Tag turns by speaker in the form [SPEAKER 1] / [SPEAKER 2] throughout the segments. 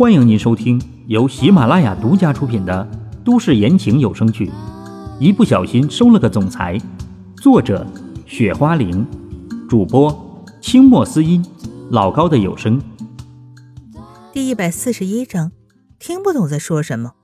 [SPEAKER 1] 欢迎您收听由喜马拉雅独家出品的都市言情有声剧《一不小心收了个总裁》，作者雪花玲，主播清墨思音，老高的有声。
[SPEAKER 2] 第141章，听不懂在说什么。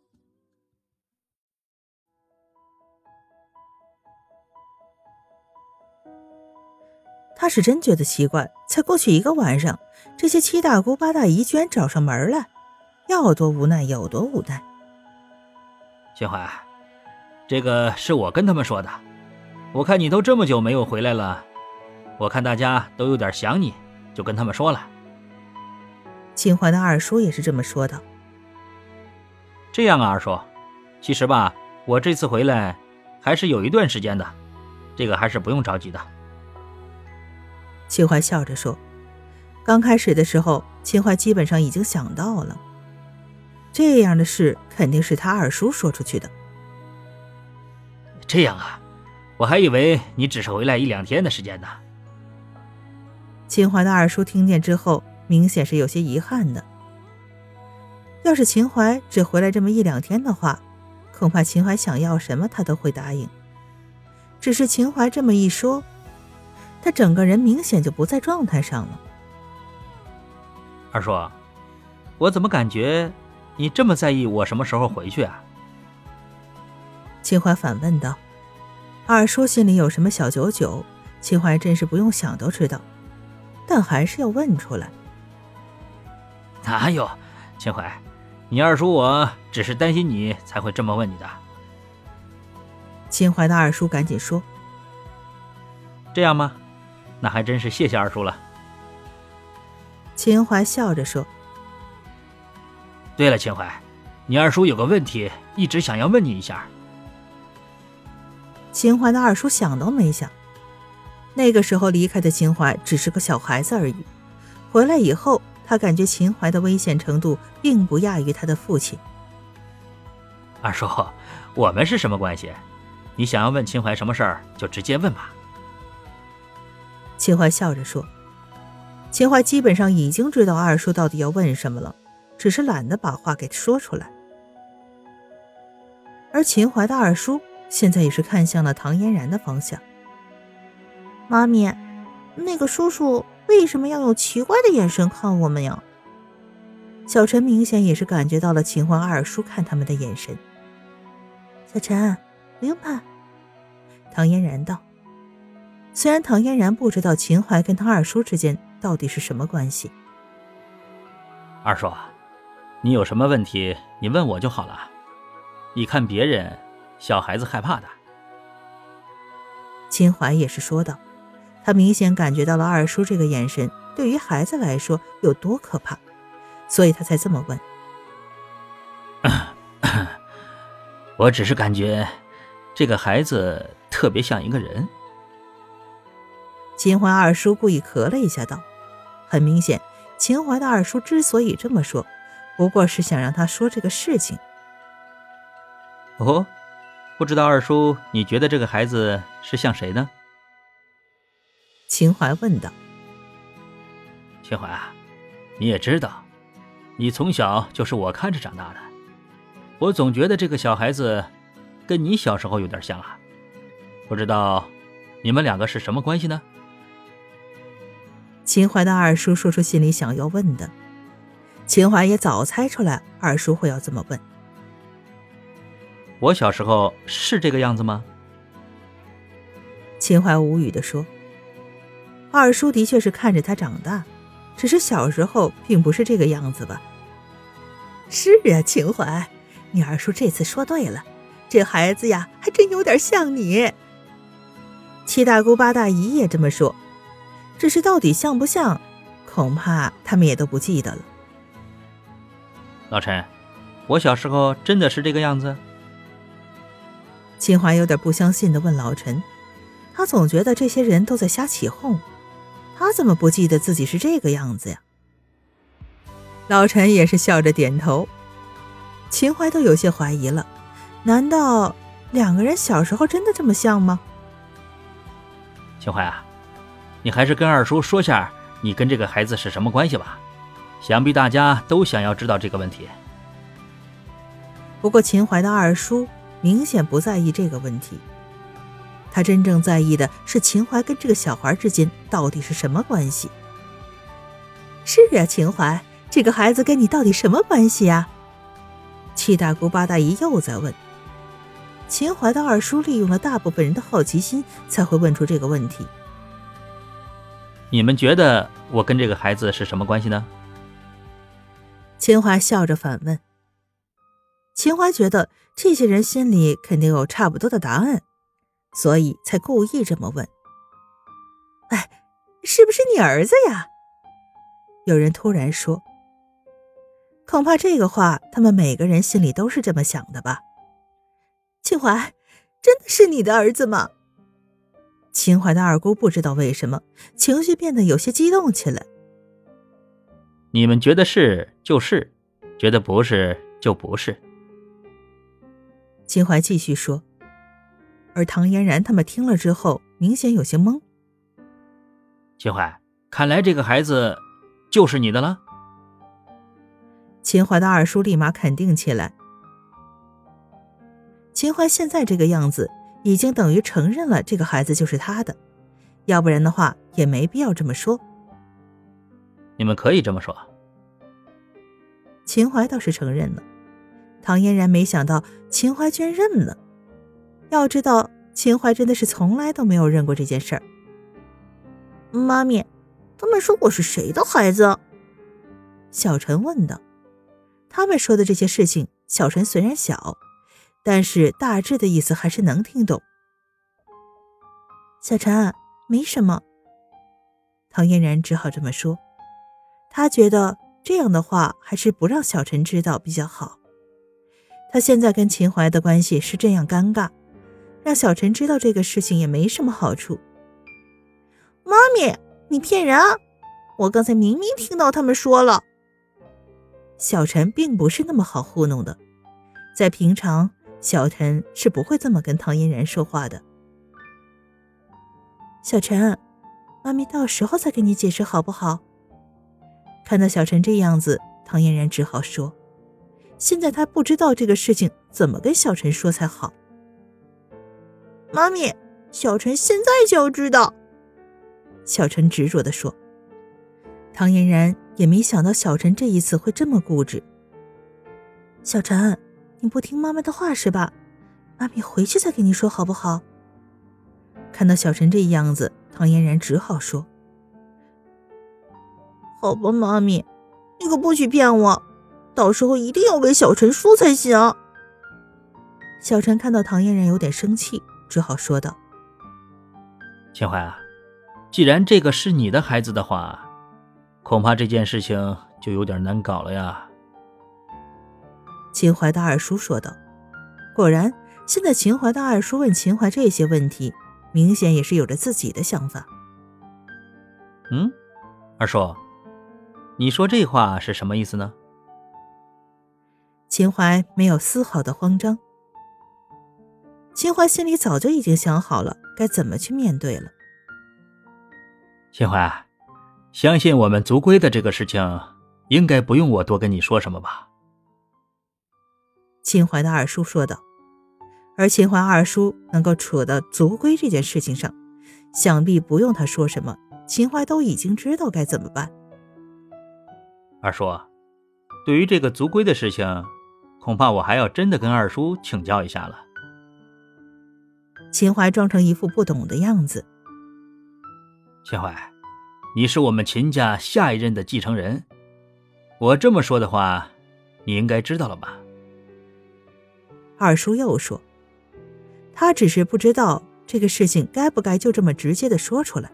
[SPEAKER 2] 他是真觉得奇怪，才过去1个晚上，这些七大姑八大姨居然找上门来，要多无奈有多无奈。
[SPEAKER 3] 秦淮，这个是我跟他们说的，我看你都这么久没有回来了，我看大家都有点想你，就跟他们说了。
[SPEAKER 2] 秦淮的二叔也是这么说道。
[SPEAKER 3] 这样啊，二叔，其实吧，我这次回来还是有一段时间的，这个还是不用着急的。
[SPEAKER 2] 秦淮笑着说，刚开始的时候，秦淮基本上已经想到了，这样的事肯定是他二叔说出去的。
[SPEAKER 3] 这样啊，我还以为你只是回来1-2天的时间呢。
[SPEAKER 2] 秦淮的二叔听见之后，明显是有些遗憾的。要是秦淮只回来这么1-2天的话，恐怕秦淮想要什么他都会答应。只是秦淮这么一说，他整个人明显就不在状态上了。
[SPEAKER 3] 二叔，我怎么感觉你这么在意我什么时候回去啊？
[SPEAKER 2] 秦淮反问道。二叔心里有什么小九九，秦淮真是不用想都知道，但还是要问出来。
[SPEAKER 3] 哪有，秦淮，你二叔我只是担心你才会这么问你的。
[SPEAKER 2] 秦淮的二叔赶紧说。
[SPEAKER 3] 这样吗？那还真是谢谢二叔了。
[SPEAKER 2] 秦淮笑着说。
[SPEAKER 3] 对了，秦淮，你二叔有个问题一直想要问你一下。
[SPEAKER 2] 秦淮的二叔想都没想，那个时候离开的秦淮只是个小孩子而已，回来以后他感觉秦淮的危险程度并不亚于他的父亲。
[SPEAKER 3] 二叔，我们是什么关系？你想要问秦淮什么事儿就直接问吧。
[SPEAKER 2] 秦淮笑着说。秦淮基本上已经知道二叔到底要问什么了，只是懒得把话给说出来。而秦淮的二叔现在也是看向了唐嫣然的方向。妈咪，那个叔叔为什么要用奇怪的眼神看我们呀？小陈明显也是感觉到了秦淮二叔看他们的眼神。小陈，不用怕。唐嫣然道。虽然唐嫣然不知道秦淮跟他二叔之间到底是什么关系。
[SPEAKER 3] 二叔，你有什么问题你问我就好了，一看别人小孩子害怕的。
[SPEAKER 2] 秦淮也是说道，他明显感觉到了二叔这个眼神对于孩子来说有多可怕，所以他才这么问。
[SPEAKER 3] 我只是感觉这个孩子特别像一个人。
[SPEAKER 2] 秦淮二叔故意咳了一下道，很明显秦淮的二叔之所以这么说，不过是想让他说这个事情。
[SPEAKER 3] 哦，不知道二叔你觉得这个孩子是像谁呢？
[SPEAKER 2] 秦淮问道。
[SPEAKER 3] 秦淮啊，你也知道，你从小就是我看着长大的，我总觉得这个小孩子跟你小时候有点像啊，不知道你们两个是什么关系呢？
[SPEAKER 2] 秦淮的二叔说出心里想要问的，秦淮也早猜出来二叔会要这么问。
[SPEAKER 3] 我小时候是这个样子吗？
[SPEAKER 2] 秦淮无语地说。二叔的确是看着他长大，只是小时候并不是这个样子吧。是啊，秦淮，你二叔这次说对了，这孩子呀还真有点像你。七大姑八大姨也这么说，只是到底像不像，恐怕他们也都不记得了。
[SPEAKER 3] 老陈，我小时候真的是这个样子？
[SPEAKER 2] 秦淮有点不相信地问老陈，他总觉得这些人都在瞎起哄，他怎么不记得自己是这个样子呀？老陈也是笑着点头。秦淮都有些怀疑了，难道2个人小时候真的这么像吗？
[SPEAKER 3] 秦淮啊，你还是跟二叔说下你跟这个孩子是什么关系吧， 想必大家都想要知道这个问题。
[SPEAKER 2] 不过秦淮的二叔明显不在意这个问题，他真正在意的是秦淮跟这个小孩之间到底是什么关系。是啊，秦淮，这个孩子跟你到底什么关系呀？七大姑八大姨又在问。秦淮的二叔利用了大部分人的好奇心，才会问出这个问题。
[SPEAKER 3] 你们觉得我跟这个孩子是什么关系呢？
[SPEAKER 2] 秦淮笑着反问。秦淮觉得这些人心里肯定有差不多的答案，所以才故意这么问。哎，是不是你儿子呀？有人突然说。恐怕这个话他们每个人心里都是这么想的吧。秦淮，真的是你的儿子吗？秦淮的二姑不知道为什么情绪变得有些激动起来。
[SPEAKER 3] 你们觉得是就是，觉得不是就不是。
[SPEAKER 2] 秦淮继续说，而唐嫣然他们听了之后明显有些懵。
[SPEAKER 3] 秦淮，看来这个孩子就是你的了。
[SPEAKER 2] 秦淮的二叔立马肯定起来。秦淮现在这个样子已经等于承认了这个孩子就是他的，要不然的话也没必要这么说。
[SPEAKER 3] 你们可以这么说。
[SPEAKER 2] 秦淮倒是承认了，唐嫣然没想到秦淮居然认了。要知道秦淮真的是从来都没有认过这件事儿。妈咪，他们说我是谁的孩子？小陈问道。他们说的这些事情，小陈虽然小，但是大致的意思还是能听懂。小陈，没什么。唐嫣然只好这么说。他觉得这样的话还是不让小陈知道比较好。他现在跟秦淮的关系是这样尴尬，让小陈知道这个事情也没什么好处。妈咪，你骗人啊！我刚才明明听到他们说了。小陈并不是那么好糊弄的，在平常小陈是不会这么跟唐嫣然说话的。小陈，妈咪到时候再给你解释好不好？看到小陈这样子，唐嫣然只好说，现在他不知道这个事情怎么跟小陈说才好。妈咪，小陈现在就要知道。小陈执着地说。唐嫣然也没想到小陈这一次会这么固执。小陈，你不听妈妈的话是吧？妈咪回去再给你说好不好？看到小陈这样子，唐嫣然只好说。好吧，妈咪，你可不许骗我，到时候一定要为小陈说才行。小陈看到唐嫣然有点生气，只好说道。
[SPEAKER 3] 秦淮啊，既然这个是你的孩子的话，恐怕这件事情就有点难搞了呀。
[SPEAKER 2] 秦淮的二叔说道。果然，现在秦淮的二叔问秦淮这些问题，明显也是有着自己的想法。
[SPEAKER 3] 二叔，你说这话是什么意思呢？
[SPEAKER 2] 秦淮没有丝毫的慌张。秦淮心里早就已经想好了该怎么去面对了。
[SPEAKER 3] 秦淮，相信我们族规的这个事情，应该不用我多跟你说什么吧？
[SPEAKER 2] 秦淮的二叔说道。而秦淮二叔能够扯到族规这件事情上，想必不用他说什么，秦淮都已经知道该怎么办。
[SPEAKER 3] 二叔，对于这个族规的事情，恐怕我还要真的跟二叔请教一下了。
[SPEAKER 2] 秦淮装成一副不懂的样子。
[SPEAKER 3] 秦淮，你是我们秦家下一任的继承人，我这么说的话，你应该知道了吧？
[SPEAKER 2] 二叔又说，他只是不知道这个事情该不该就这么直接的说出来。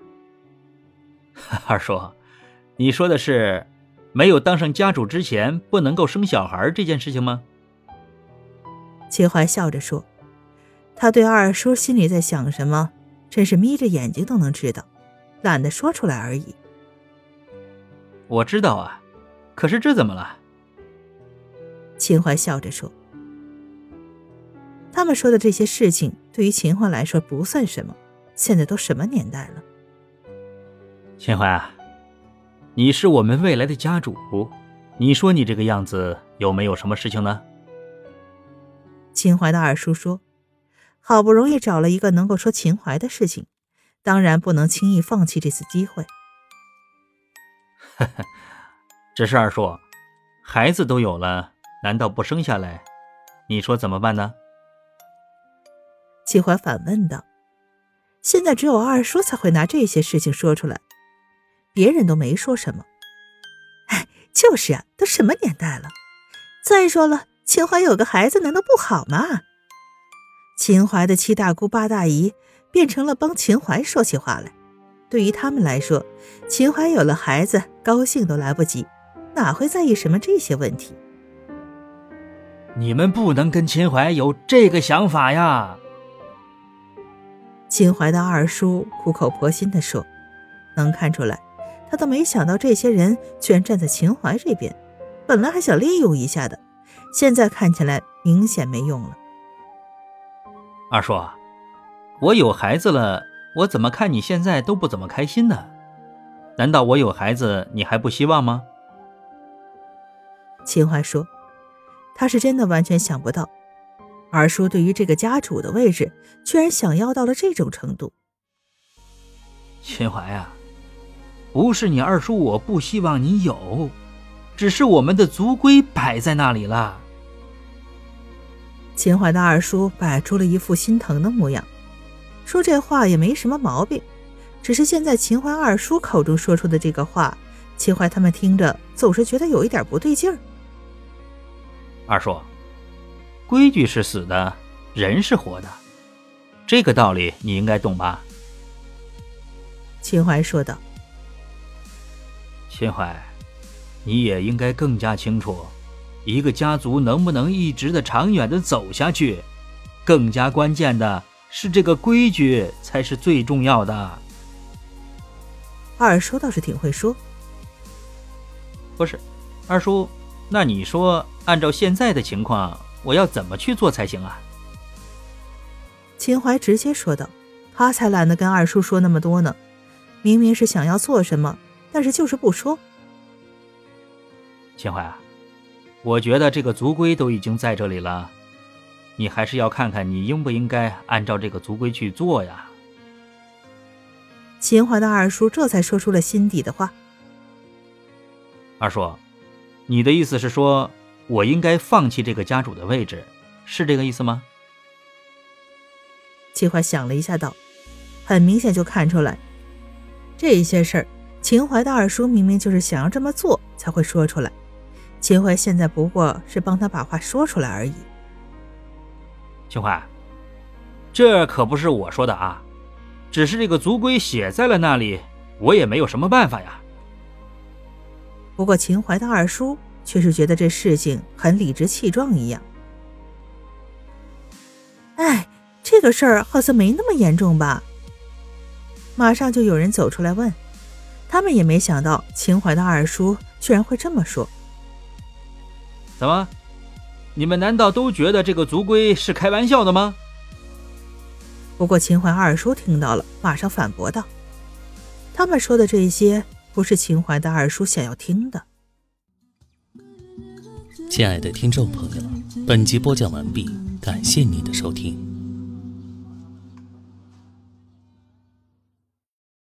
[SPEAKER 3] 二叔，你说的是没有当上家主之前不能够生小孩这件事情吗？
[SPEAKER 2] 秦淮笑着说，他对二叔心里在想什么，真是眯着眼睛都能知道，懒得说出来而已。
[SPEAKER 3] 我知道啊，可是这怎么了？
[SPEAKER 2] 秦淮笑着说，他们说的这些事情对于秦淮来说不算什么，现在都什么年代了。
[SPEAKER 3] 秦淮啊， 你是我们未来的家主，你说你这个样子有没有什么事情呢？
[SPEAKER 2] 秦淮的二叔说，好不容易找了一个能够说秦淮的事情，当然不能轻易放弃这次机会。
[SPEAKER 3] 只是二叔，孩子都有了，难道不生下来？你说怎么办呢？
[SPEAKER 2] 秦淮反问道。现在只有二叔才会拿这些事情说出来，别人都没说什么。哎，就是啊，都什么年代了？再说了，秦淮有个孩子难道不好吗？秦淮的七大姑八大姨变成了帮秦淮说起话来，对于他们来说，秦淮有了孩子，高兴都来不及，哪会在意什么这些问题？
[SPEAKER 3] 你们不能跟秦淮有这个想法呀！
[SPEAKER 2] 秦淮的二叔苦口婆心地说，能看出来，他都没想到这些人居然站在秦淮这边，本来还想利用一下的，现在看起来明显没用了。
[SPEAKER 3] 二叔，我有孩子了，我怎么看你现在都不怎么开心呢？难道我有孩子你还不希望吗？
[SPEAKER 2] 秦淮说，他是真的完全想不到，二叔对于这个家主的位置居然想要到了这种程度。
[SPEAKER 3] 秦淮啊，不是你二叔我不希望你有，只是我们的族规摆在那里了。
[SPEAKER 2] 秦淮的二叔摆出了一副心疼的模样，说这话也没什么毛病，只是现在秦淮二叔口中说出的这个话，秦淮他们听着总是觉得有一点不对劲儿。
[SPEAKER 3] 二叔，规矩是死的，人是活的，这个道理你应该懂吧？
[SPEAKER 2] 秦淮说道。
[SPEAKER 3] 秦淮，你也应该更加清楚，一个家族能不能一直的长远的走下去，更加关键的是这个规矩才是最重要的。
[SPEAKER 2] 二叔倒是挺会说。
[SPEAKER 3] 不是，二叔，那你说按照现在的情况，我要怎么去做才行啊？
[SPEAKER 2] 秦淮直接说道，他才懒得跟二叔说那么多呢，明明是想要做什么，但是就是不说。
[SPEAKER 3] 秦淮啊，我觉得这个族规都已经在这里了，你还是要看看你应不应该按照这个族规去做呀。
[SPEAKER 2] 秦淮的二叔这才说出了心底的话。
[SPEAKER 3] 二叔，你的意思是说我应该放弃这个家主的位置，是这个意思吗？
[SPEAKER 2] 秦淮想了一下道，很明显就看出来，这些事儿秦淮的二叔明明就是想要这么做才会说出来，秦淮现在不过是帮他把话说出来而已。
[SPEAKER 3] 秦淮，这可不是我说的啊，只是这个族规写在了那里，我也没有什么办法呀。
[SPEAKER 2] 不过秦淮的二叔却是觉得这事情很理直气壮一样。哎，这个事儿好像没那么严重吧？马上就有人走出来问，他们也没想到秦淮的二叔居然会这么说。
[SPEAKER 3] 怎么？你们难道都觉得这个族规是开玩笑的吗？
[SPEAKER 2] 不过秦淮二叔听到了，马上反驳道，他们说的这些不是秦淮的二叔想要听的。
[SPEAKER 4] 亲爱的听众朋友，本集播讲完毕，感谢您的收听。